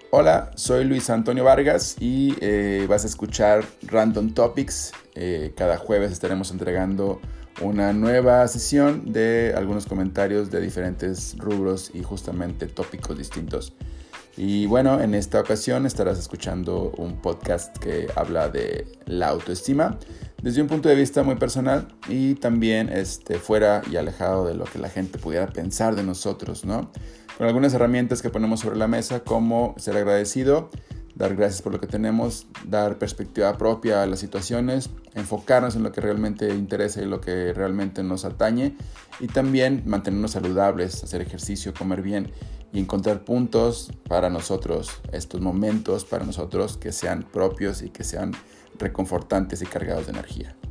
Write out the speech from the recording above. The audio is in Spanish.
Hola, soy Luis Antonio Vargas y vas a escuchar Random Topics. Cada jueves estaremos entregando una nueva sesión de algunos comentarios de diferentes rubros y justamente tópicos distintos. Y bueno, en esta ocasión estarás escuchando un podcast que habla de la autoestima desde un punto de vista muy personal y también fuera y alejado de lo que la gente pudiera pensar de nosotros, ¿no? Con algunas herramientas que ponemos sobre la mesa, como ser agradecido, dar gracias por lo que tenemos, dar perspectiva propia a las situaciones, enfocarnos en lo que realmente interesa y lo que realmente nos atañe, y también mantenernos saludables, hacer ejercicio, comer bien y encontrar puntos para nosotros, estos momentos para nosotros que sean propios y que sean reconfortantes y cargados de energía.